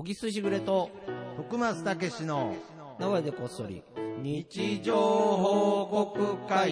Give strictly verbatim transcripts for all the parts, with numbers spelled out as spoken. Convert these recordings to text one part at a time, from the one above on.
ぎすしぐれと徳松たけしの名古屋でこっそり日常報告会。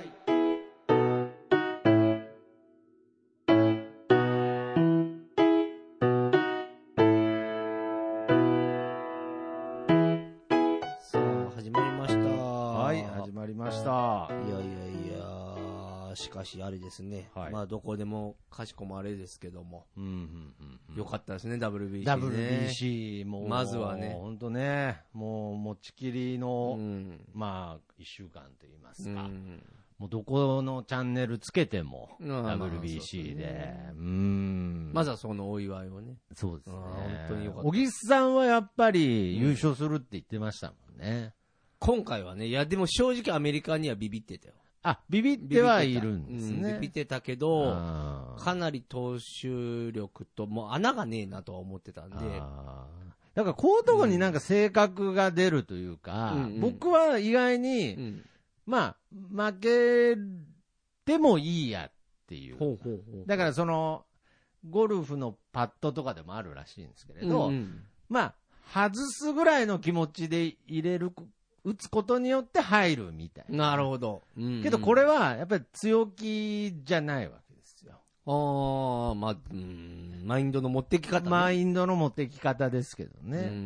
さあ始まりました。 はい、始まりました。 いやいやいや、しかしあれですね、 はい、 まあどこでもかしこもあれですけども、 うんうんうんうん、 よかったですね ダブリュービーシー ね。 ダブリュービーシー もまずはね、 本当ね、もう持ちきりの、 うん、 まあいっしゅうかんと言いますか、 うん、 もうどこのチャンネルつけても、 まあ、 ダブリュービーシー で、 ね、 うーん、 まずはそのお祝いをね。 そうですね。 本当によかった。 小木さんはやっぱり優勝するって言ってましたもんね。うん、 今回はね、いやでも正直アメリカにはビビってたよ。 あ、ビビってはいるんですね。 うん、ビビってたけど、かなり投手力と、もう穴がねえなとは思ってたんで。 だからこういうとこになんか性格が出るというか、うん、僕は意外に、うん、まあ、負けてもいいやっていう。 ほうほうほう。 だからその、ゴルフのパットとかでもあるらしいんですけれど、うんうん、まあ、外すぐらいの気持ちで入れる、打つことによって入るみたいな。 なるほど。 うんうん、けどこれはやっぱり強気じゃないわけですよ。 ああ、まあ、うん、マインドの持ってき方、ね。 マインドの持ってき方ですけどね。うん、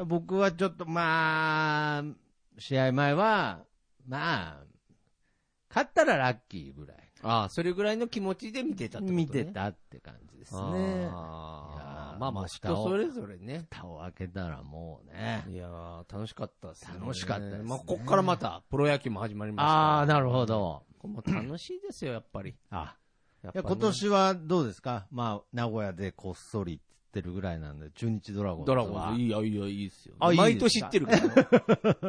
僕はちょっとまあ、試合前は、まあ、勝ったらラッキーぐらい。 ああ、それぐらいの気持ちで見てたってことね。 見てたって感じですね。 あまあまあ、人それぞれね。 蓋を開けたらもうね。 いやー、楽しかったですね。 楽しかったですね。 まあ、こっからまた、プロ野球も始まりました。 ああ、なるほど。 ここも楽しいですよ、やっぱり。 あやっぱ、ね、今年はどうですか？まあ、名古屋でこっそりって言ってるぐらいなんで、中日ドラゴンズは。 ドラゴンズ、いいや、いいや、いいですよ。 あ、 毎年知ってるから。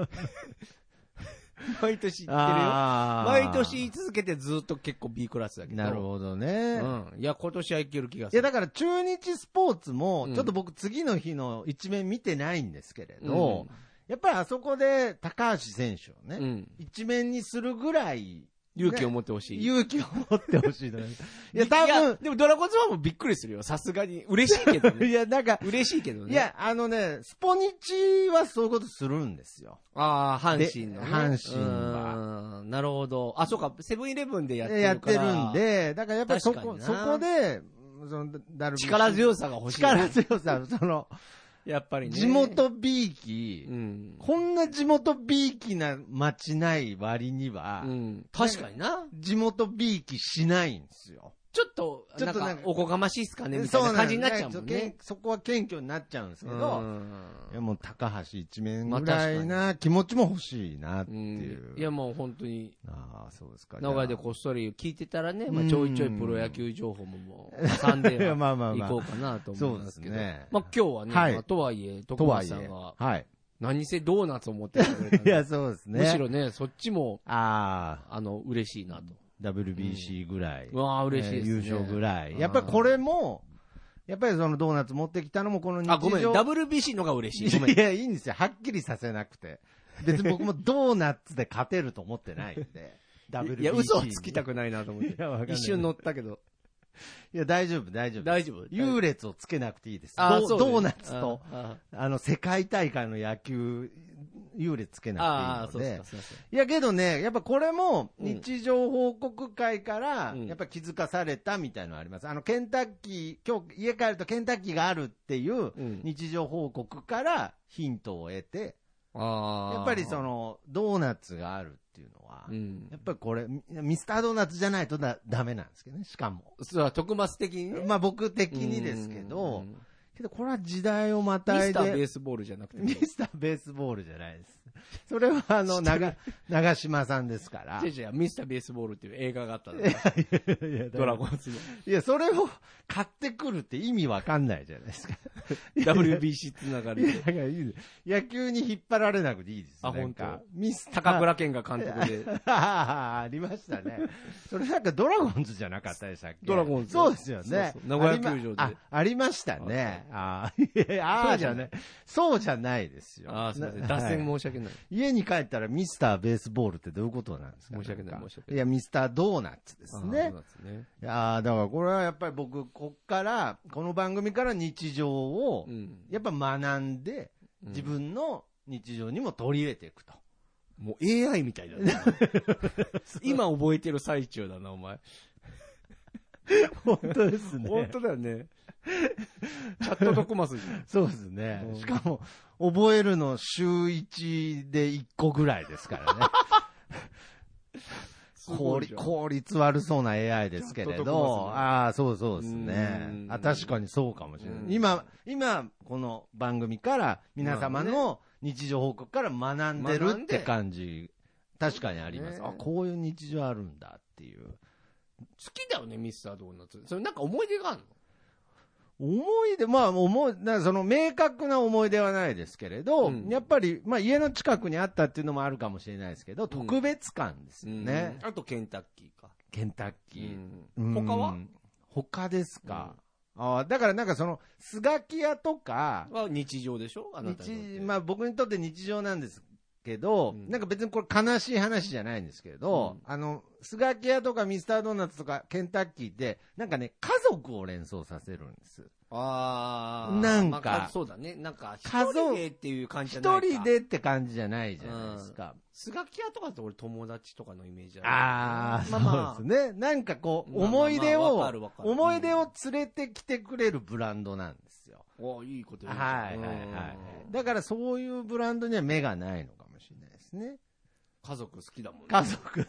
毎年言ってるよ。毎年言い続けてずっと結構 B クラスだけど。 なるほどね。 うん。いや、今年はいける気がする。 いや、だから中日スポーツも、ちょっと僕次の日の一面見てないんですけれど、うん、やっぱりあそこで高橋選手をね、うん、一面にするぐらい、 勇気を持ってほしい、 ね。勇気を持ってほしい。いや、多分。でもドラゴンズファンもびっくりするよ。さすがに。嬉しいけどね。 いや、なんか。 嬉しいけどね。 いや、あのね、スポニチはそういうことするんですよ。 ああ、阪神の、ね。 阪神は。 なるほど。あ、そうか、セブンイレブンでやってるから。 やってるんで、だからやっぱりそこ、そこで、その、ダルビッシュ力強さが欲しい。 力強さ、その、 やっぱりね。 地元びいき、うん、こんな地元びいきな街ない割には、 うん、確かにな。 地元びいきしないんですよ。 ちょっと、ちょっとなんか、おこがましいっすかねみたいな感じになっちゃうもんね。 そこは謙虚になっちゃうんですけど、いやもう高橋一面ぐらいな気持ちも欲しいなっていう。 うん、いやもう本当に、 ああ、そうですか。 名古屋でこっそり聞いてたらね、まあ、ちょいちょいプロ野球情報ももう、挟んでいこうかなと思うんですけど。ね、まあ今日はね、はいまあ、とはいえ、徳松さんが、はい、何せドーナツを持ってきてくれたいや、そうですね。 むしろね、そっちも、 ああの、嬉しいなと。 ダブリュービーシー ぐらい、 うん、わあ嬉しいですね、 優勝ぐらい。やっぱりこれも、やっぱりそのドーナツ持ってきたのもこの日常。 あ、ごめん、ダブリュービーシー のが嬉しい。ごめん。 いや、いいんですよ。はっきりさせなくて。別に僕もドーナツで勝てると思ってないんで。ダブリュービーシー。 いや、嘘はつきたくないなと思って。一瞬乗ったけど。 いや、大丈夫、大丈夫。 大丈夫。 優劣をつけなくていいです。 あドドーナツと、あ, あの、世界大会の野球、優劣つけなくていいので。いや、けどね、やっぱこれも、日常報告会から、やっぱ気づかされたみたいなのあります。あの、ケンタッキー、今日家帰るとケンタッキーがあるっていう日常報告からヒントを得て、やっぱりその、ドーナツがあるっていうのは、うん、やっぱりこれ、ミスタードーナツじゃないとだダメなんですけどね、しかも。 そう、徳松的にね。 まあ僕的にですけど、うんけどこれは時代をまたいで。 ミスターベースボールじゃなくて。 ミスターベースボールじゃないです。それはあの、長、長島さんですから。 違う違う、ミスターベースボールっていう映画があったんだドラゴンズの。 いや、それを買ってくるって意味わかんないじゃないですか。 ダブリュービーシー つながりで。 いや、だからいい野球に引っ張られなくていいです。 あ、本当。 ミスター。高倉健が監督で。 ああ、ありましたね。それなんかドラゴンズじゃなかったでしたっけ？ ドラゴンズ。 そうですよね。 そうそう名古屋球場で。 あ、ありましたね。 ね。ああ、ああじゃない。そうじゃないですよ。 ああ、すみません。脱線申し訳ない。 家に帰ったらミスターベースボールってどういうことなんですか？ 申し訳ない、申し訳ない。 いや、ミスタードーナツですね。 そうですね。 いやだからこれはやっぱり僕、こっから、この番組から日常を、やっぱ学んで、自分の日常にも取り入れていくと。 もう エーアイ みたいだな。今覚えてる最中だな、お前。 本当ですね。 本当だよね。チャットドコマスじゃん。 そうですね。しかも、覚えるの週いちでいっこぐらいですからね。効率、効率悪そうな エーアイ ですけれど、ああ、そうそうですね。あ、確かにそうかもしれない。今、今、この番組から皆様の日常報告から学んでるって感じ、確かにあります。あ、こういう日常あるんだっていう。 好きだよね、ミスタードーナツ。それなんか思い出があるの？ 思い出、まあ、思い、なその明確な思い出はないですけれど、うん、やっぱり、まあ、家の近くにあったっていうのもあるかもしれないですけど、特別感ですよね。 うんうん、あと、ケンタッキーか。 ケンタッキー。 うん、他は他ですか。あだからなんかその、スガキ屋とか。 は日常でしょ？あなたに。 まあ、僕にとって日常なんですけど、うん、なんか別にこれ悲しい話じゃないんですけれど、うん、あの、スガキ屋とかミスタードーナツとかケンタッキーって、なんかね、家族を連想させるんです。 ああ。なんか、 まあ、そうだね。なんか、一人でっていう感じじゃないか。 一人でって感じじゃないじゃないですか。 スガキ屋とかって俺友達とかのイメージある。 ああ、まあまあ、そうですね。なんかこう、思い出を、思い出を連れてきてくれるブランドなんですよ。 おいいこと言う。はいはいはい。だからそういうブランドには目がないのかもしれないですね。 家族好きだもんね。 家族。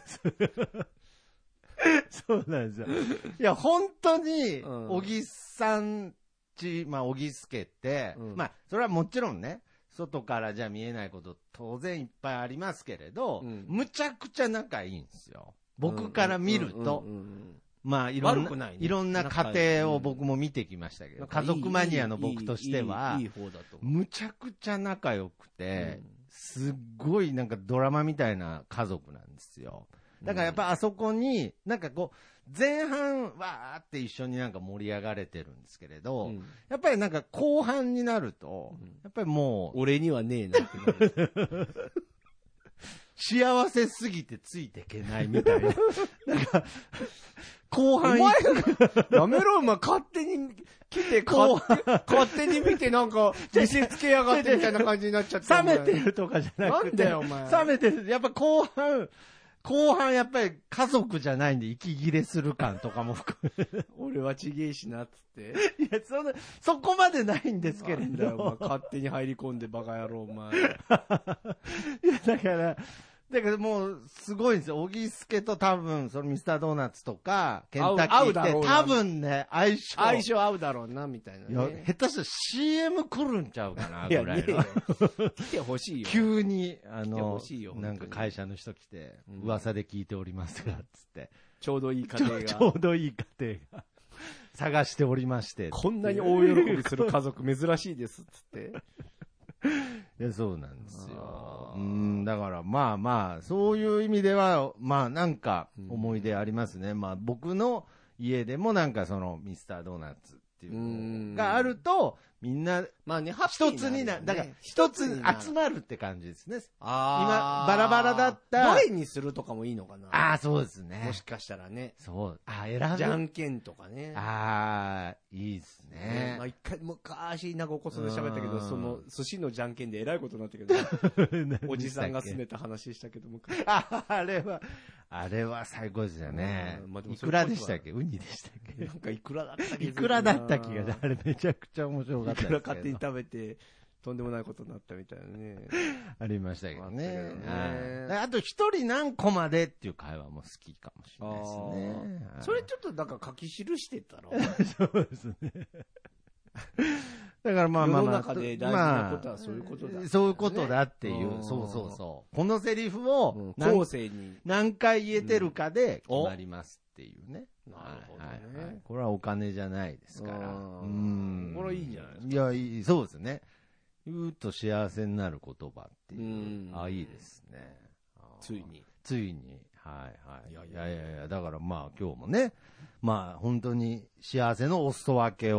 そうなんですよ。いや、本当に、小木さんち、まあ、小木助って、うん、まあ、それはもちろんね、外からじゃ見えないこと当然いっぱいありますけれど、うん、むちゃくちゃ仲いいんですよ。僕から見ると。まあ、いろんな、ね、いろんな家庭を僕も見てきましたけど、家族マニアの僕としては、むちゃくちゃ仲良くて、うん、すっごいなんかドラマみたいな家族なんですよ。だからやっぱあそこに、なんかこう、前半わーって一緒になんか盛り上がれてるんですけれど、うん、やっぱりなんか後半になると、やっぱりもう、俺にはねえなってなる。 幸せすぎてついていけないみたいな。なんか、後半お前やめろ、お前勝手に来て、勝手勝手に見てなんか、見せつけやがってみたいな感じになっちゃって。 冷めてるとかじゃなくて。 なんだよ、お前。 冷めてる。やっぱ後半、後半やっぱり家族じゃないんで息切れする感とかも含め。 俺はちげえしなっつって。 いや、その、そこまでないんですけれど。なんだよ、 お前勝手に入り込んでバカ野郎、お前。いや、だから、だからもう、すごいんですよ。小木助と多分、そのミスタードーナツとか、ケンタッキーって多分ね、相性。 相性合うだろうな、みたいな、ね。いや、 下手したら シーエム 来るんちゃうかな、ぐらいの。 来てほしいよ。 急に、あの、なんか会社の人来て、噂で聞いておりますが、つって。 ちょうどいい家庭が。 ちょうどいい家庭が。探しておりまして。 こんなに大喜びする家族珍しいです、つって。 いや、そうなんですよ。うん、だからまあまあ、そういう意味では、まあなんか思い出ありますね。うん、まあ僕の家でもなんかそのミスタードーナツっていうのがあると、みんな、 まあね、 一つになる。だから、一つに集まるって感じですね。今、バラバラだった。 どれにするとかもいいのかな。 ああ、そうですね。 もしかしたらね。 そう。ああ、選ぶ。 じゃんけんとかね。 ああ、いいですね。 まあ一回、昔、なんかおこそで喋ったけど、その、寿司のじゃんけんでえらいことになったけど、おじさんが拗ねた話したけども。 あ、あれは、あれは最高ですよね。いくらでしたっけ？ウニでしたっけ？ なんかいくらだったっけ？ いくらだった気が、あれめちゃくちゃ面白かったですけど。 いくら勝手に食べて、とんでもないことになったみたいなね。 ありましたけどね。あ, あと一人何個までっていう会話も好きかもしれないですね。 それちょっとなんか書き記してたろ。 そうですね。だからまあまあまあ。世の中で大事なことはそういうことだ、ねまあ。そういうことだっていう。そうそうそう。このセリフを後世に何回言えてるかで決まりますっていうね。 なるほどね、 はいはい。これはお金じゃないですから。うん。 これはいいんじゃないですか。 いや、いい、そうですね。言うと幸せになる言葉っていう。あ、いいですね。 ついに。 ついに。はいはい。いやいやいやいや、だからまあ今日もね、まあ本当に幸せのお裾分けを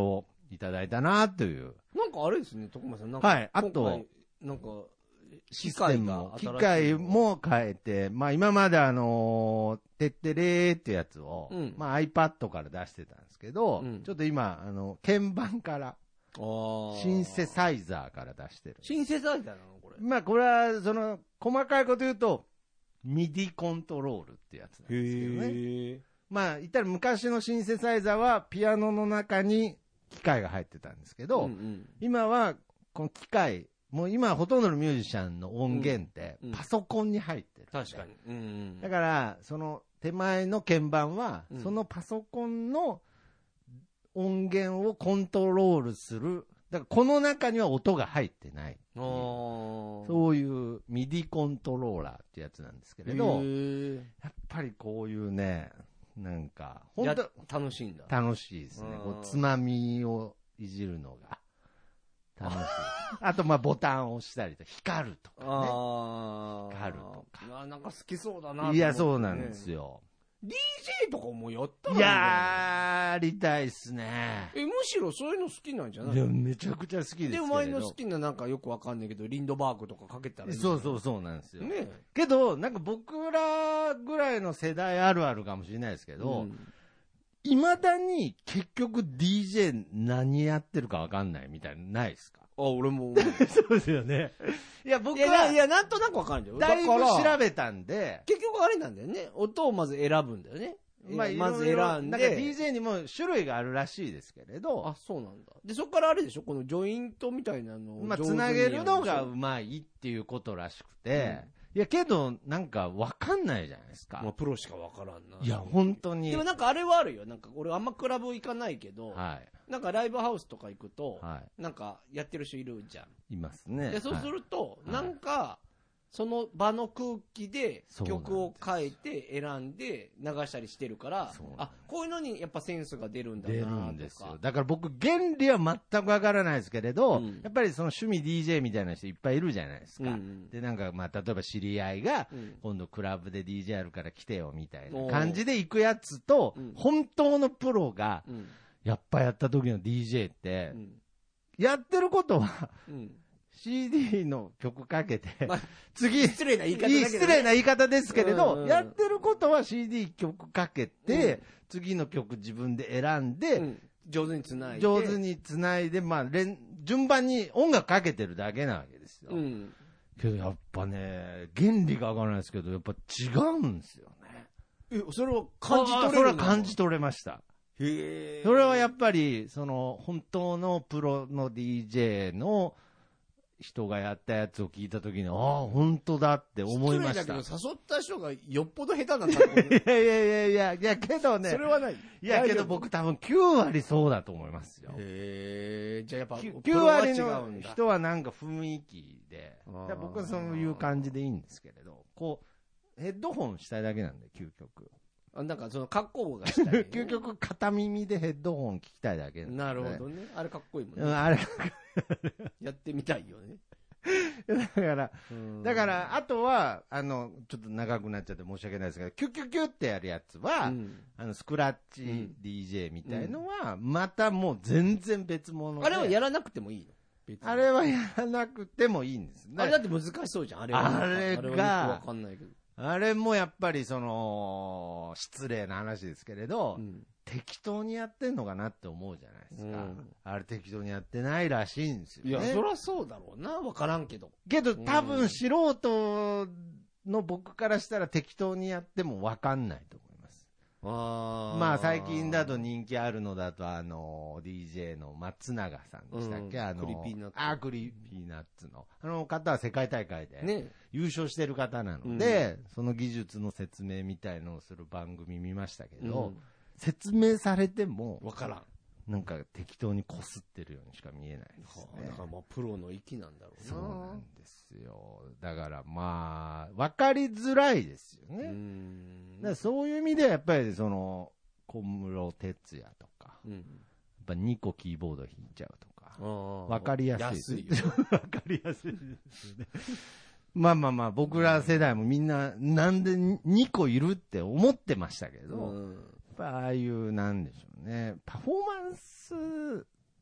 いただいたなという。 なんかあれですね、徳間さん。なんかはい、あと、 なんか、 システムも、機械も変えて、まあ今まであのー、てってれーってやつを、うん、まあ iPad から出してたんですけど、うん、ちょっと今、あの、鍵盤から、シンセサイザーから出してる。 シンセサイザーなのこれ。 まあこれは、その、細かいこと言うと、ミディ コントロールってやつなんですけどね。へまあ言ったら昔のシンセサイザーはピアノの中に機械が入ってたんですけど、うんうん、今はこの機械、もう今ほとんどのミュージシャンの音源ってパソコンに入ってる、 うんうん、確かに、うんうん、 だからその手前の鍵盤はそのパソコンの音源をコントロールする、だからこの中には音が入ってないっていう、そういうミディコントローラーってやつなんですけれど、やっぱりこういうね、なんか本当楽しいんだ。 楽しいですね。こうつまみをいじるのが楽しい。あとまあボタンを押したりと光るとかね。あ光るとか。 なんか好きそうだなと思って、ね。 いやそうなんですよ。 ディージェー とかもやったらいいやー、りたいっすね。 え、むしろそういうの好きなんじゃない？ いや、めちゃくちゃ好きですけど。で、 お前の好きななんかよくわかんないけど、リンドバーグとかかけたらいい。 そうそうそうなんですよ。ね。けど、なんか僕らぐらいの世代あるあるかもしれないですけど、いま、うん、だに結局 ディージェー 何やってるかわかんないみたいなのないですか？ あ、俺も。 そうですよね。いや、僕は。いや、いや、なんとなくわかるんだよ。 だいぶ調べたんで。 結局あれなんだよね。音をまず選ぶんだよね。まあ、まず選んで。なんかディージェー にも種類があるらしいですけれど。 あ、そうなんだ。で、そこからあれでしょ、このジョイントみたいなのを。 まあ、つなげるのがうまいっていうことらしくて。うん、いや、けど、なんかわかんないじゃないですか。 まあ、プロしかわからんな。 いや、本当に。 でもなんかあれはあるよ。なんか、俺あんまクラブ行かないけど。 はい。 なんかライブハウスとか行くと、はい、なんかやってる人いるじゃん。 いますね。 で、そうすると、はい、なんか、その場の空気で曲を変えて選んで流したりしてるから、あ、こういうのにやっぱセンスが出るんだなとか。出るんですよ。 だから僕原理は全くわからないですけれど、うん、やっぱりその趣味 ディージェー みたいな人いっぱいいるじゃないですか。うん、で、なんかまあ例えば知り合いが、うん、今度クラブで ディージェー あるから来てよみたいな感じで行くやつと、うん、本当のプロが、うんやっぱやった時の ディージェー って、うん、やってることは、うん、シーディー の曲かけて、まあ、次、 失礼な言い方だけど、ね、 失礼な言い方ですけれど、うんうん、やってることは シーディー 曲かけて、うん、次の曲自分で選んで、うん、 上手につないで、 上手につないで、まあ、連順番に音楽かけてるだけなわけですよ。うん、けどやっぱね、原理がわからないですけど、やっぱ違うんですよね。 え、それは感じ取れる？ それは感じ取れました。へそれはやっぱりその本当のプロの ディージェー の人がやったやつを聞いたときに、ああ本当だって思いました。 失礼だけど誘った人がよっぽど下手だった。いやいやいやいやいやけどね。 それはない。 いやけど僕多分きゅうわりそうだと思いますよ。 へえ。じゃあやっぱきゅうわりの人はなんか雰囲気で、僕はそういう感じでいいんですけれど、こうヘッドホンしたいだけなんで究極。 なんかその格好がしたい、ね、 究極片耳でヘッドホン聞きたいだけなんで、ね、 なるほどね。あれかっこいいもんね。 うん、あれやってみたいよね。 だからだからあとはあのちょっと長くなっちゃって申し訳ないですけど、キュキュキュってやるやつは、うん、あのスクラッチ ディージェー みたいのはまたもう全然別物で、 あれはやらなくてもいいの？ 別にあれはやらなくてもいいんですね。 あれだって難しそうじゃん。あれはあれがあれはわかんないけど。 あれもやっぱりその失礼な話ですけれど、うん、適当にやってんのかなって思うじゃないですか、うん、あれ適当にやってないらしいんですよね。 いやそりゃそうだろうな、分からんけどけど多分素人の僕からしたら適当にやっても分かんないと思います。あまあ最近だと人気あるのだとあの ディージェー の松永さんでしたっけ、うん、あのクリピーナッツあクリピーナッツのあの方は世界大会で優勝してる方なので、ね、その技術の説明みたいのをする番組見ましたけど、うん、説明されても分からん、 なんか適当にこすってるようにしか見えないですね。 だからまあプロの域なんだろうな。 そうなんですよ。だからまあ分かりづらいですよね。うんだからそういう意味ではやっぱりその小室哲哉とか、うん、やっぱにこキーボード弾いちゃうとか分かりやすい。安いよ。分かりやすいですね。まあまあまあ僕ら世代もみんななんでにこいるって思ってましたけど、うん、やっぱああいうなんでしょうね、パフォーマンス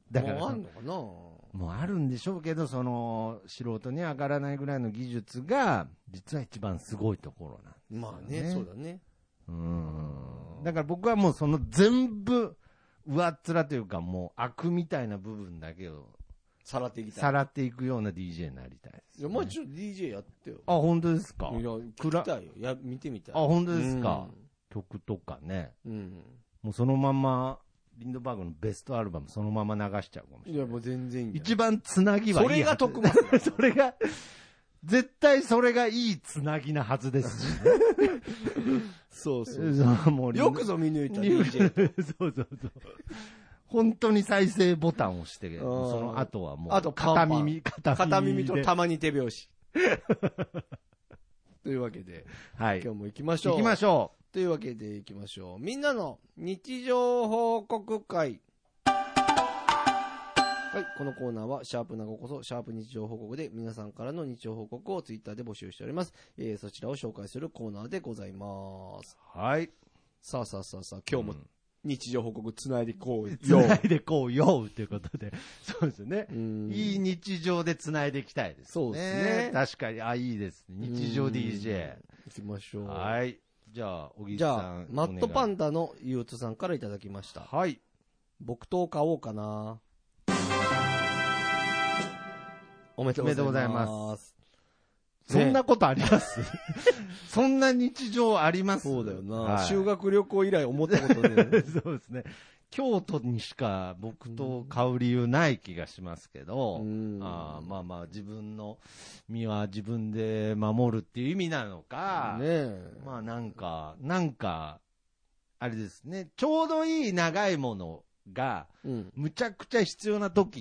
だからもうあんのかな、 もうあるんでしょうけど、その素人には上がらないぐらいの技術が実は一番すごいところなんですよね。 まあね、そうだね。 うん。だから僕はもうその全部上っ面というかもう悪みたいな部分だけをさらっていきたい。 さらっていくような ディージェー になりたいです、ね。 いや、まあちょっと ディージェー やってよ。 あ、本当ですか。 いや、聞きたいよ。や、見てみたい。 あ、本当ですか。うん、曲とかね。うん。もうそのまま、リンドバーグのベストアルバムそのまま流しちゃうかもしれない。いや、 もう全然いい。 一番つなぎはいい。 それが特番。 それが、絶対それがいいつなぎなはずですし、ね。 そうそうそう。もうよくぞ見抜いた ディージェー。 そうそうそう。本当に再生ボタンを押して、その後はもう、 あと片耳、片耳。片耳とたまに手拍子。というわけで、はい。今日も行きましょう。 行きましょう。 というわけで行きましょう。みんなの日常報告会。はい。このコーナーは、シャープなごこそ、シャープ日常報告で、皆さんからの日常報告をツイッターで募集しております。えー、そちらを紹介するコーナーでございます。 はい。 さあさあさあさあ、今日も、うん日常報告つないでこうよ。 つないでこうよということで。そうですね。いい日常でつないでいきたいですね。 そうですね。 確かに、あ、いいですね。日常 ディージェー。 行きましょう。 はい。じゃあ、小木さん。 じゃあ、マットパンダのゆうつさんからいただきました。 はい。 木刀買おうかな。おめでとうございます。 そんなことあります、ね、そんな日常ありますそうだよな、はい、修学旅行以来思ったことで、ね、 そうですね。京都にしか僕と買う理由ない気がしますけど、あまあまあ自分の身は自分で守るっていう意味なのか、ね、まあなんか、なんか、あれですね、ちょうどいい長いものが、むちゃくちゃ必要な時って、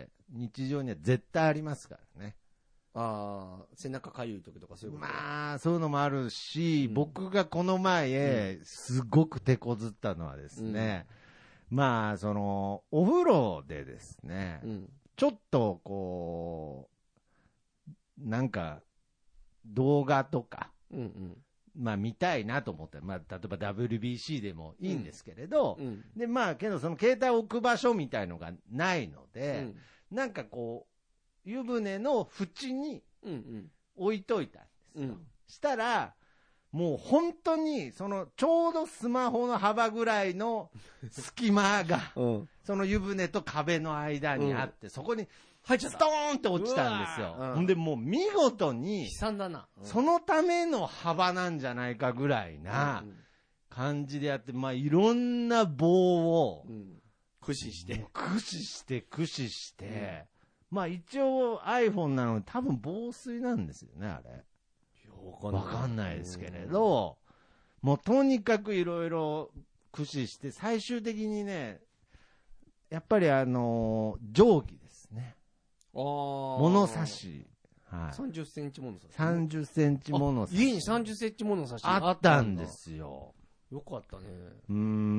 日常には絶対ありますからね。 ああ、背中かゆい時とかそういうこと。 まあ、そういうのもあるし、うん、僕がこの前、すごく手こずったのはですね、うん、まあ、その、お風呂でですね、うん、ちょっとこう、なんか、動画とか、うんうん、まあ見たいなと思って、まあ、例えば ダブリュービーシー でもいいんですけれど、うんうん、で、まあ、けどその携帯を置く場所みたいのがないので、うん、なんかこう、湯船の縁に置いといたんですよ、うんうん、したらもう本当にそのちょうどスマホの幅ぐらいの隙間が、うん、その湯船と壁の間にあって、うん、そこにストーンって落ちたんですよ、うん、ほんでもう見事に悲惨だな、 うん、そのための幅なんじゃないかぐらいな感じでやって、まあいろんな棒を、うん、 駆使して駆使して駆使して、うん、まあ一応 iPhone なので多分防水なんですよね、あれ。わかんないですけれど、もうとにかくいろいろ駆使して、最終的にね、やっぱりあのー、定規ですね。あ物差し。 はい。さんじゅっセンチ物差し。 さんじゅっセンチ物差し。 家にさんじゅっセンチ物差しあったんですよ。 よかったね。 うん。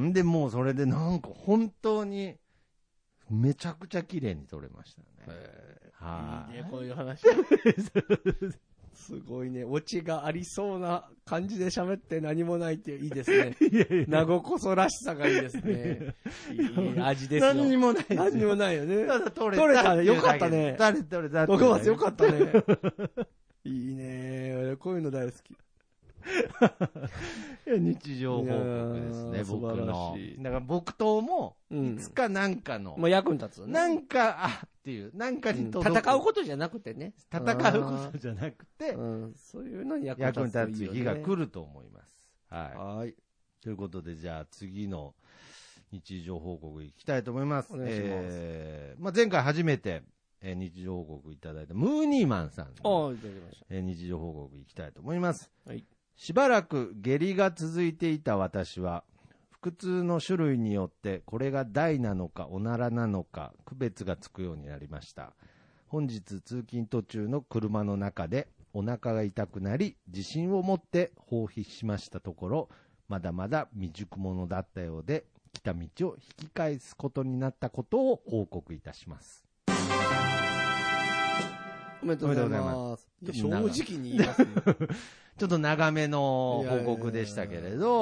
で、もうそれでなんか本当に、めちゃくちゃ綺麗に撮れましたね。 へはい。いいね、こういう話。すごいね。オチがありそうな感じで喋って何もないっていいですね。いやいや名護こそらしさがいいですね。いい味ですよ。 何にもない。 何にもないよね。 ただ撮れた。撮れたね。よかったね。 撮れた、撮れた。 徳松よかったね。いいね。俺こういうの大好き。 いや日常報告ですね、僕の。だから僕とも、いつかなんかの、 うん、まあ役に立つね。 なんか、あっていう、なんかに届く、 うん、戦うことじゃなくてね。 戦うことじゃなくて、 うん、そういうのに役に立つ、役に立つ日が来ると思います。はい。 はい。 ということで、じゃあ次の日常報告いきたいと思います。 お願いします。 えー、まあ前回初めて、えー、日常報告いただいたムーニーマンさんの、 あいただきました。 えー、日常報告いきたいと思います。 はい。 しばらく下痢が続いていた私は、腹痛の種類によってこれが大なのかおならなのか区別がつくようになりました。本日通勤途中の車の中でお腹が痛くなり、自信を持って放棄しましたところ、まだまだ未熟者だったようで、来た道を引き返すことになったことを報告いたします。 おめでとうございます。正直に言いますね。 ちょっと長めの報告でしたけれど、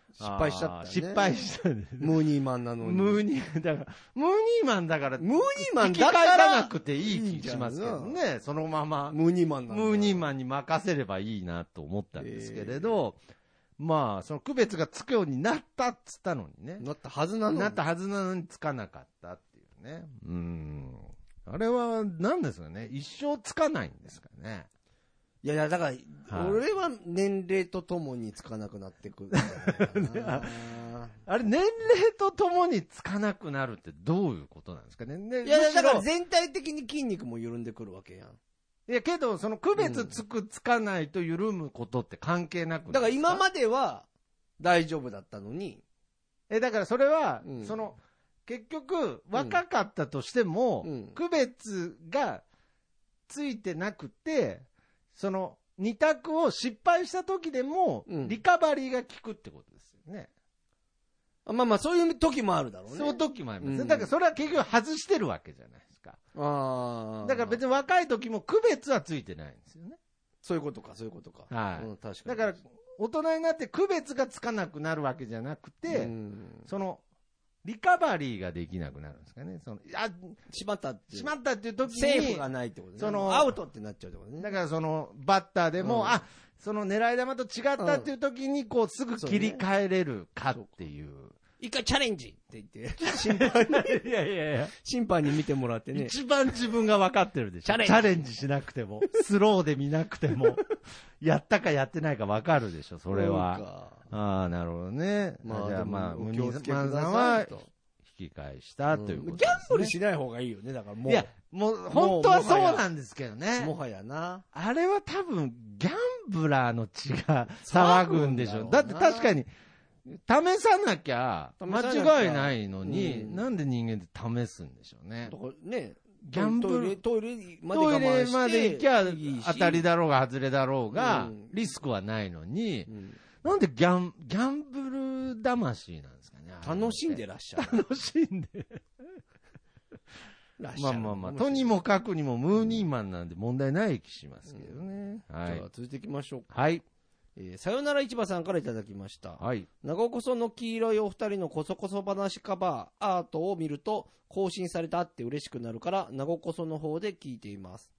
失敗しちゃった、ね。 失敗したんです。 ムーニーマンなのに。 ムーニー、だから、ムーニーマンだから、 ムーニーマンだから。 引き返さなくていい気しますけどね。そのまま。 ムーニーマンなんだ。ムーニーマンに任せればいいなと思ったんですけれど、えー、まあ、その区別がつくようになったっつったのにね。 なったはずなのに。 なったはずなのにつかなかったっていうね。うん。あれは何ですかね。一生つかないんですかね。 いやいや、だから、はい、俺は年齢とともにつかなくなってくるあれ、年齢とともにつかなくなるってどういうことなんですかね。ねいや、だから全体的に筋肉も緩んでくるわけやん。 いや、けど、その区別つく、つかないと緩むことって関係なくないですか。 だから今までは大丈夫だったのに。 え、だからそれは、うん、その、結局、若かったとしても、うん、区別がついてなくて、その、二択を失敗した時でも、リカバリーが効くってことですよね。 うん、まあまあ、そういう時もあるだろうね。 そういう時もあります、うん。だからそれは結局外してるわけじゃないですか。ああ。だから別に若い時も区別はついてないんですよね。 そういうことか、そういうことか。 はい。 うん、確かに。 だから、大人になって区別がつかなくなるわけじゃなくて、うん、その、リカバリーができなくなるんですかね。その、あ、 しまったって。 しまったっていう時に。 セーフがないってことね。その、アウトってなっちゃうってことね。 だからその、バッターでも、うん、あ、その狙い球と違ったっていう時に、こう、すぐ切り替えれるかっていう。 一回チャレンジって言って、審判に、いやいやいや、審判に見てもらってね。 一番自分が分かってるでしょ。チャレンジ。チャレンジしなくても、スローで見なくても、やったかやってないか分かるでしょ、それは。ああ、なるほどね。まあ、じゃあまあ、ムニーマンさんは、引き返したということですね、 うん、ギャンブルしない方がいいよね、だからもう。 いや、もう、本当はそうなんですけどね。 もはやな。 あれは多分、ギャンブラーの血が騒ぐんでしょ。だって確かに、試さなきゃ間違いないのに、うん、なんで人間って試すんでしょうね。 だからね、 ギャンブル、 トイレまで我慢して、トイレまで行きゃ当たりだろうが外れだろうが、うん、リスクはないのに、うん、なんでギャン、ギャンブル魂なんですかね。 楽しんでらっしゃる。 楽しんで。まあまあまあ、とにもかくにもムーニーマンなんで問題ない気しますけどね。 うん、はい。じゃあ続いていきましょうか。 はい。 えー、さよなら市場さんからいただきました。 はい。 長こその黄色いお二人のこそこそ話カバーアートを見ると更新されたって嬉しくなるから、長こその方で聞いています。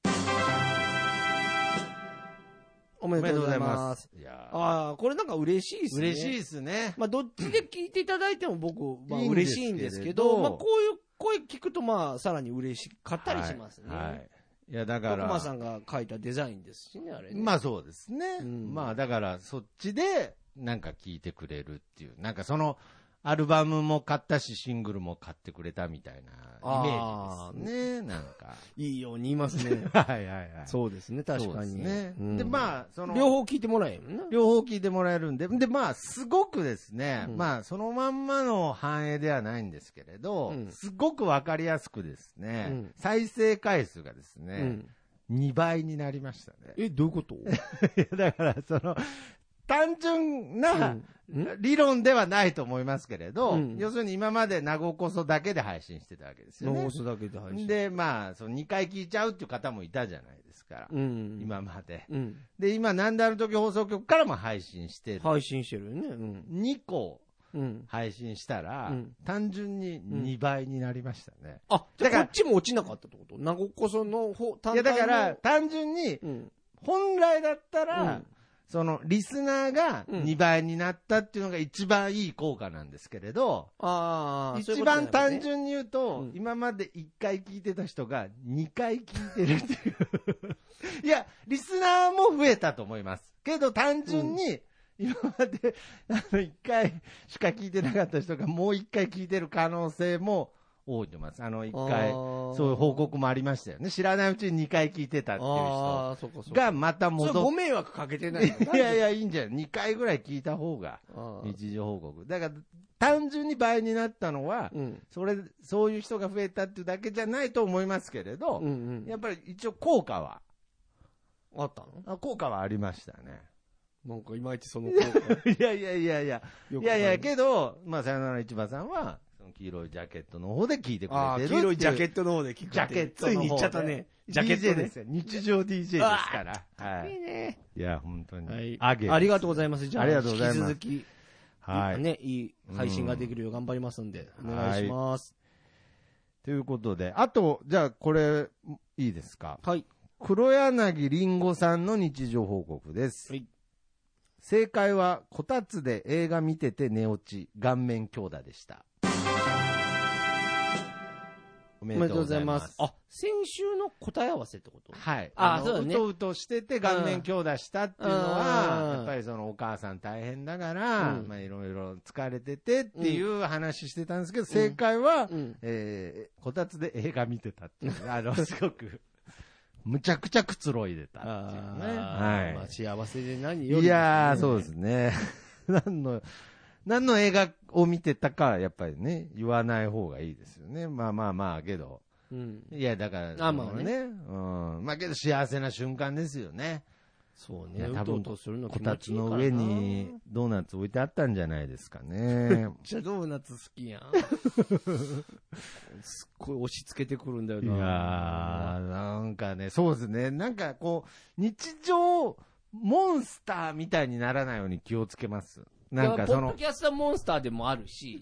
おめでとうございます。いやああ、これなんか嬉しいですね。 嬉しいですね。 まあどっちで聞いていただいても僕は嬉しいんですけど、いいまあこういう声聞くとまあさらに嬉しかったりしますね。はい。はいいや、だから。 徳間さんが書いたデザインですしね、あれね。 まあそうですね。うん、まあだから、そっちで、なんか聞いてくれるっていう。なんかその、アルバムも買ったし、シングルも買ってくれたみたいなイメージですね。なんか。 いいように言いますね。 はいはいはい。 そうですね、確かに。 ね。うん、で、まあ、その。 両方聞いてもらえるね。 両方聞いてもらえるんで。で、まあ、すごくですね、うん、まあ、そのまんまの反映ではないんですけれど、うん、すごくわかりやすくですね、うん、再生回数がですね、うんにばいになりましたね。 え、どういうこといや、だから、その、単純な理論ではないと思いますけれど、うん、要するに今まで名護こそだけで配信してたわけですよね。 名護こそだけで配信。 で、まあ、そのにかい聞いちゃうっていう方もいたじゃないですか。うん、今まで、 うん。 で、今、なんである時放送局からも配信してる。 配信してるよね。うん、 にこ。配信したら、うん、単純ににばいになりましたね。 うん、あ、だからこっちも落ちなかったってこと？名護こその方、 単体のいやだから単純に、うん、本来だったら、うん、そのリスナーがにばいになったっていうのが一番いい効果なんですけれど、 うん、あ一番単純に言うと、うん、今までいっかい聞いてた人がにかい聞いてるっていう。いや、リスナーも増えたと思います。けど単純に、うん今まで、あの、一回しか聞いてなかった人がもう一回聞いてる可能性も多いと思います。あの、一回、そういう報告もありましたよね。知らないうちににかい聞いてたっていう人がまた戻って。 ご迷惑かけてないの？ いやいや、いいんじゃない。にかいぐらい聞いた方が、日常報告。だから、単純に倍になったのは、うん、それ、そういう人が増えたっていうだけじゃないと思いますけれど、うんうん、やっぱり一応効果は、 あったの？ あ、効果はありましたね。 なんかいまいちそのいやいやいやいやいやいやけどまあさよなら市場さんはその黄色いジャケットの方で聞いてくれてる黄色いジャケットの方で聞くジャケットの方でついに言っちゃったねジャケットディージェー ですよ日常 ディージェー ですからはいいいねいや本当に、 はい、ありがとうございます。 じゃあありがとうございます。 引き続きはい、ね、いい配信ができるよう頑張りますんで、お願いします。 ということで、あと、じゃあこれ、いいですか。 はい。 黒柳りんごさんの日常報告です。はい。正解は、こたつで映画見てて寝落ち、顔面強打でした。おめでとうございます。 あ、先週の答え合わせってこと？ はい。あ、そうだね。うとうとしてて顔面強打したっていうのは、やっぱりそのお母さん大変だから、うん、まあいろいろ疲れててっていう話してたんですけど、うん、正解は、うん、えー、こたつで映画見てたっていう、あの、すごく、むちゃくちゃくつろいでたっていうね。はい。 まあ幸せで何より、 ね。いやー、そうですね。何の、何の映画を見てたか、やっぱりね、言わない方がいいですよね。まあまあまあ、けど。うん、いや、だから、 あ、まあね。 うん。まあけど幸せな瞬間ですよね。 そうね。 多分、こたつの上にドーナツ置いてあったんじゃないですかね。 じゃあドーナツ好きやん。すっごい押し付けてくるんだよな。 いやー、なんかね、そうですね。なんかこう、日常モンスターみたいにならないように気をつけます。なんかそのポッドキャストモンスターでもあるし、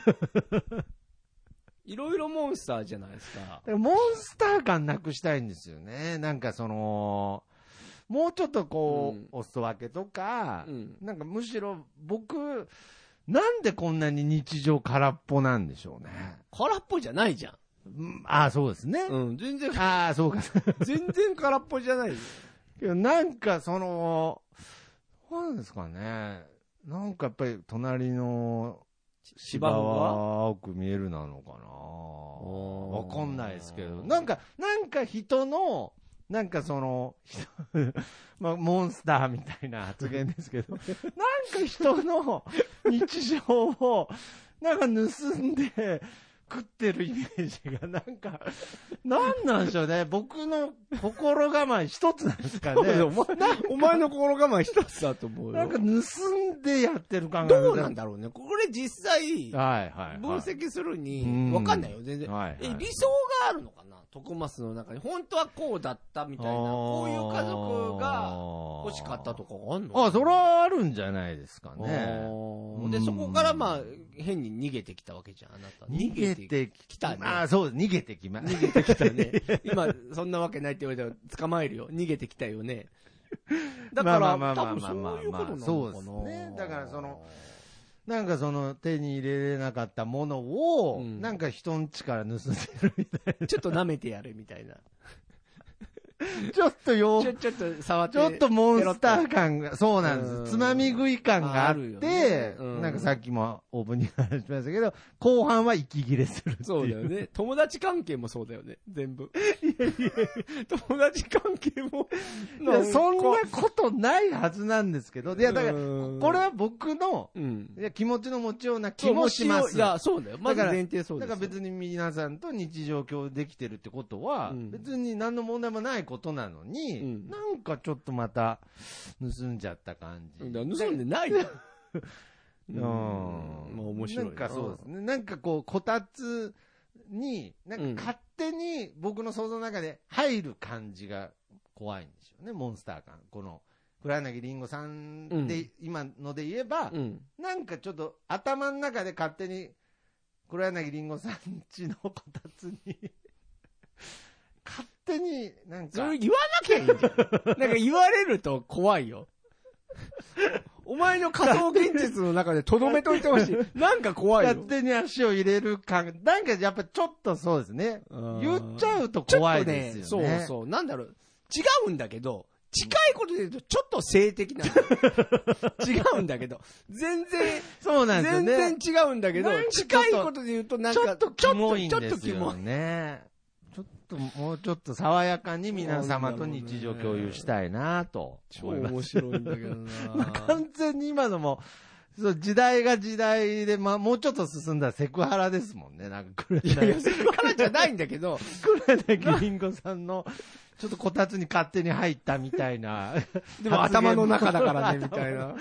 いろいろモンスターじゃないですか。 モンスター感なくしたいんですよね。なんかその、もうちょっとこう、うん、お裾分けとか、うん、なんかむしろ僕、なんでこんなに日常空っぽなんでしょうね。 空っぽじゃないじゃん。 うん、ああ、そうですね。 うん、全然。 ああ、そうか。 全然空っぽじゃないよ。 いや、なんかその、なんですかね。なんかやっぱり隣の芝は青く見えるなのかな。わかんないですけど、なんかなんか人のなんかそのまあモンスターみたいな発言ですけど、なんか人の日常をなんか盗んで食ってるイメージがなんか、なんなんでしょうね。僕の心構え一つなんですかね。 お前、お前の心構え一つだと思うよ。 なんか盗んでやってる感が。 どうなんだろうね。これ実際、 はいはい。 分析するに、わかんないよ、全然。はいはい、え、理想があるのかな徳増の中に。本当はこうだったみたいな、こういう家族が欲しかったとかあんの？ あ、それはあるんじゃないですかね。 で、そこからまあ、変に逃げてきたわけじゃん、あなた。 逃げてきたね。ああ、そうです。逃げてきま、 逃げてきたね。今、そんなわけないって言われたら捕まえるよ。逃げてきたよね。だから、多分そういうことなのかな。 そうですね。だからその、なんかその手に入れれなかったものを、うん、なんか人ん家から盗んでるみたいな。 ちょっと舐めてやるみたいな。 ちょっとよ、 ちょ、ちょっと触って。 ちょっとモンスター感が、そうなんです。つまみ食い感があって、ねうん、なんかさっきもオープニング話しましたけど、後半は息切れするっていう。 そうだよね。友達関係もそうだよね。全部。いやいや友達関係も。 いや、そんなことないはずなんですけど、いや、だから、これは僕の、うん、いや気持ちの持ちような気もします。 いや、そうだよ。まず前提そうです。 だから別に皆さんと日常共有できてるってことは、うん、別に何の問題もないことなのに、うん、なんかちょっとまた盗んじゃった感じ。 盗んでないよ。 うん。まあ面白いな。 なんかそうですね。なんかこう、こたつに、なんか勝手に僕の想像の中で入る感じが怖いんですよね、モンスター感。この、黒柳りんごさんで、うん、今ので言えば、うん、なんかちょっと頭の中で勝手に黒柳りんごさんちのこたつに、勝手に、なんか。 それ言わなきゃいいんじゃん。なんか言われると怖いよ。お前の仮想現実の中で留めといてほしい。なんか怖いよ。 勝手に足を入れる感。なんかやっぱちょっとそうですね。言っちゃうと怖いですよね。 ねそうそう。なんだろう。違うんだけど、近いことで言うとちょっと性的なの。違うんだけど。全然、 そうなんですよね。 全然違うんだけど、近いことで言うとなんか、 ちょっとキモいんですよね。ちょっと、もうちょっと爽やかに皆様と日常共有したいなと思います。 超面白いんだけどな完全に今のも、そう時代が時代で、まあ、もうちょっと進んだらセクハラですもんね。なんか、 いやいや、セクハラじゃないんだけど、 黒柳りんごさんの、ちょっとこたつに勝手に入ったみたいな。 でも頭の中だからね、みたいな。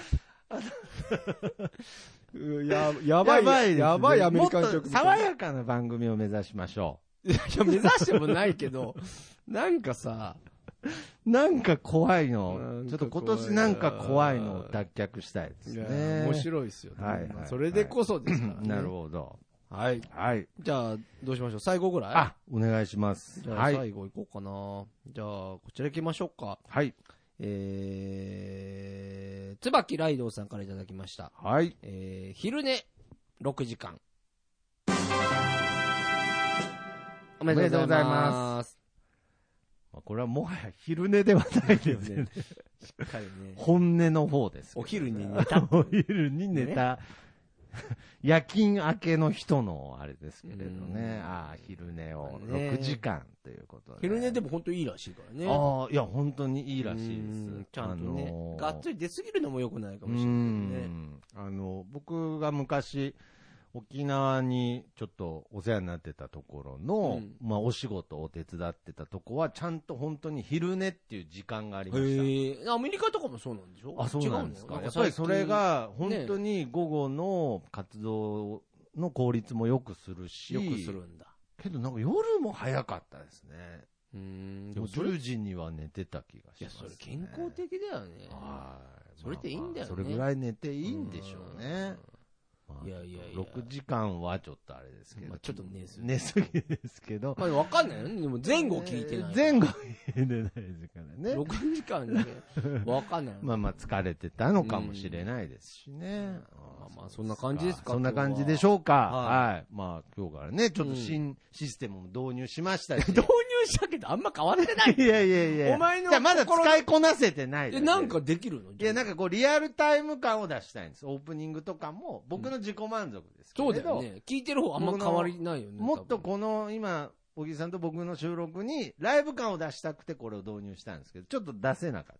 や, やばい、やばい、ね、やばいアメリカン局。爽やかな番組を目指しましょう。いや、目指してもないけど、なんかさ、 なんか怖いの、ちょっと今年なんか怖いのを脱却したいですね。 面白いですよね。はいはいはい、それでこそですからね。 なるほど。 はい。 はい。 じゃあ、どうしましょう。最後ぐらい？ あ、お願いします。 じゃあ、最後行こうかな。はい、じゃあ、こちら行きましょうか。 はい。 えー、椿ライドウさんからいただきました。 はい。 えー、昼寝ろくじかん。おめでとうございます。 これはもはや昼寝ではないですね。 しっかりね。 本音の方です、 ね。お昼に寝た。 お昼に寝た。ね、夜勤明けの人のあれですけれどね。ああ、昼寝をろくじかんということで、ね。 昼寝でも本当にいいらしいからね。 ああ、いや、本当にいいらしいです。 ちゃんとね、あのー。がっつり出過ぎるのも良くないかもしれないね。 あの、僕が昔、沖縄にちょっとお世話になってたところの、うん、まあお仕事を手伝ってたとこはちゃんと本当に昼寝っていう時間がありました。 へアメリカとかもそうなんでしょ？ あ、そうなんですか。やっぱりそれが本当に午後の活動の効率も良くするし、 良くするんだ。 けどなんか夜も早かったですね。うん。でもじゅうじには寝てた気がします、ね。いや、 それ健康的だよね。はい。それっていいんだよね。 それぐらい寝ていいんでしょうね。 いやいやいや。 ろくじかんはちょっとあれですけど。まあ、 ちょっと寝すぎ。 寝すぎですけど。 まあ、わかんないよね。でも前後聞いてない。 前後聞いてないですからね。 ろくじかんでわかんない。 まあまあ疲れてたのかもしれないですしね。 まあまあそんな感じですか。 そんな感じでしょうか。はい。はい、まあ今日からね、ちょっと新システムも導入しましたし。 導入したけどあんま変わってない。 いやいやいや。 お前の。 いや、まだ使いこなせてない。 え、なんかできるの？ いや、なんかこうリアルタイム感を出したいんです。オープニングとかも僕の自己満足ですけど。 そうだよね。聞いてる方あんま変わりないよね。 もっとこの今、小木さんと僕の収録にライブ感を出したくてこれを導入したんですけど、ちょっと出せなかった。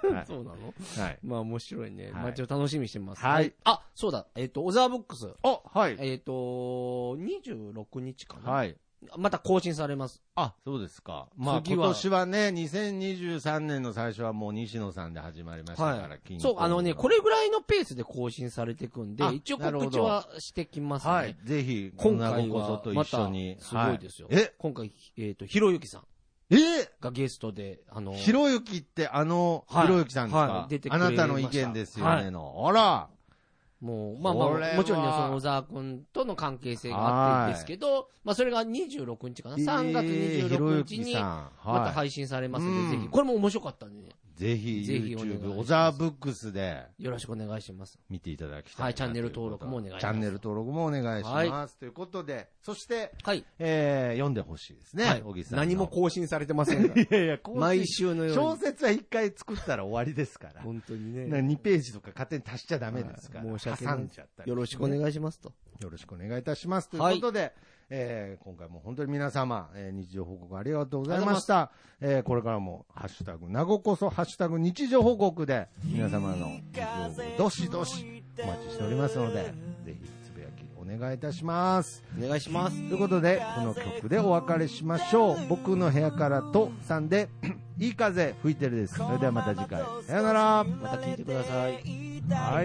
はい、そうなの？ はい。 まあ面白いね。はい、まあちょっと楽しみにしてます。 はい。 あ、そうだ。えっ、ー、と、小沢ブックス。 あ、はい。 えっ、ー、と、にじゅうろくにちかな。 はい。 また更新されます。 あ、そうですか。まあ今年はね、にせんにじゅうさんねんの最初はもう西野さんで始まりましたから、はい、 そう、あのね、これぐらいのペースで更新されていくんで、一応告知はしてきますね。 はい。ぜひ、 今回はまたすごいですよ。はい、え今回、えっ、ー、と、ひろゆきさん。 えがゲストで、あの、 ひろゆきってあの、ひろゆきさんですか、はい、出てくれました。あなたの意見ですよね、はい、の。あらもう、まあまあ、もちろんね、その小沢くんとの関係性があってですけど、まあそれがにじゅうろくにちかな。さんがつにじゅうろくにちに、また配信されますので、ぜひ。これも面白かったんでね。 ぜひ、ぜひ YouTube、小沢ブックスで。 よろしくお願いします。 見ていただきたい。 はい、チャンネル登録もお願いします。 チャンネル登録もお願いします。ということで、そして、 はい。 えー、読んでほしいですね。はい。小木さん。 何も更新されてませんが。いやいや、毎週のように。 小説は一回作ったら終わりですから。 本当にね。 にページとか勝手に足しちゃダメですから。 申し訳ない。よろしくお願いしますと。 よろしくお願いいたします。ということで、えー、今回も本当に皆様、えー、日常報告ありがとうございました。えー、これからも、ハッシュタグ、なごこそ、ハッシュタグ、日常報告で、皆様の日常報告、どしどし、お待ちしておりますので、ぜひ、つぶやき、お願いいたします。 お願いします。 ということで、この曲でお別れしましょう。僕の部屋からとさんで、いい風吹いてるです。それではまた次回。さよなら。 また聞いてください。 はい。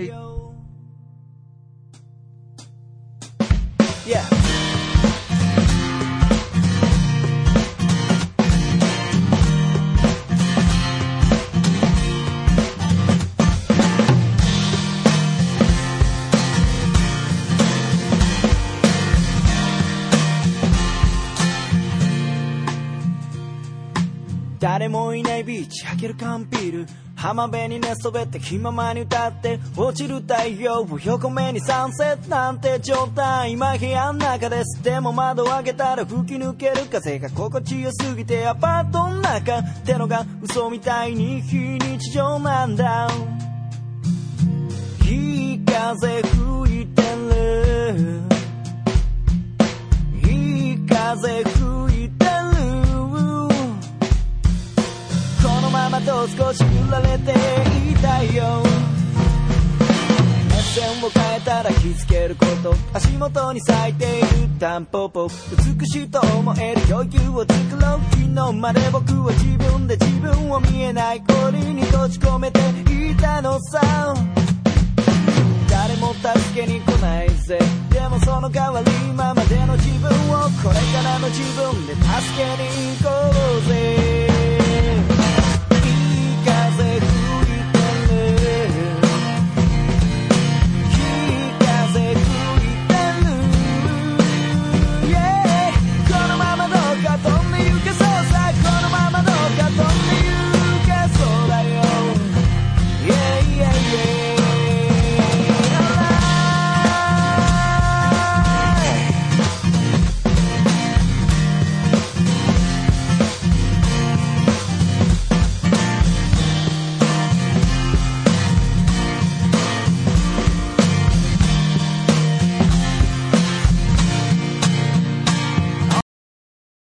Yeah.誰もいないビーチ開ける缶ビール浜辺に寝そべって気ままに歌って落ちる太陽を横目にサンセットなんて状態今部屋の中ですでも窓を開けたら吹き抜ける風が心地よすぎてアパートの中ってのが嘘みたいに非日常なんだいい風吹いてるいい風吹いてるこのままと少し振られていたいよ目線を変えたら気づけること足元に咲いているタンポポ美しいと思える余裕を作ろう昨日まで僕は自分で自分を見えない氷に閉じ込めていたのさ誰も助けに来ないぜでもその代わり今までの自分をこれからの自分で助けに行こうぜ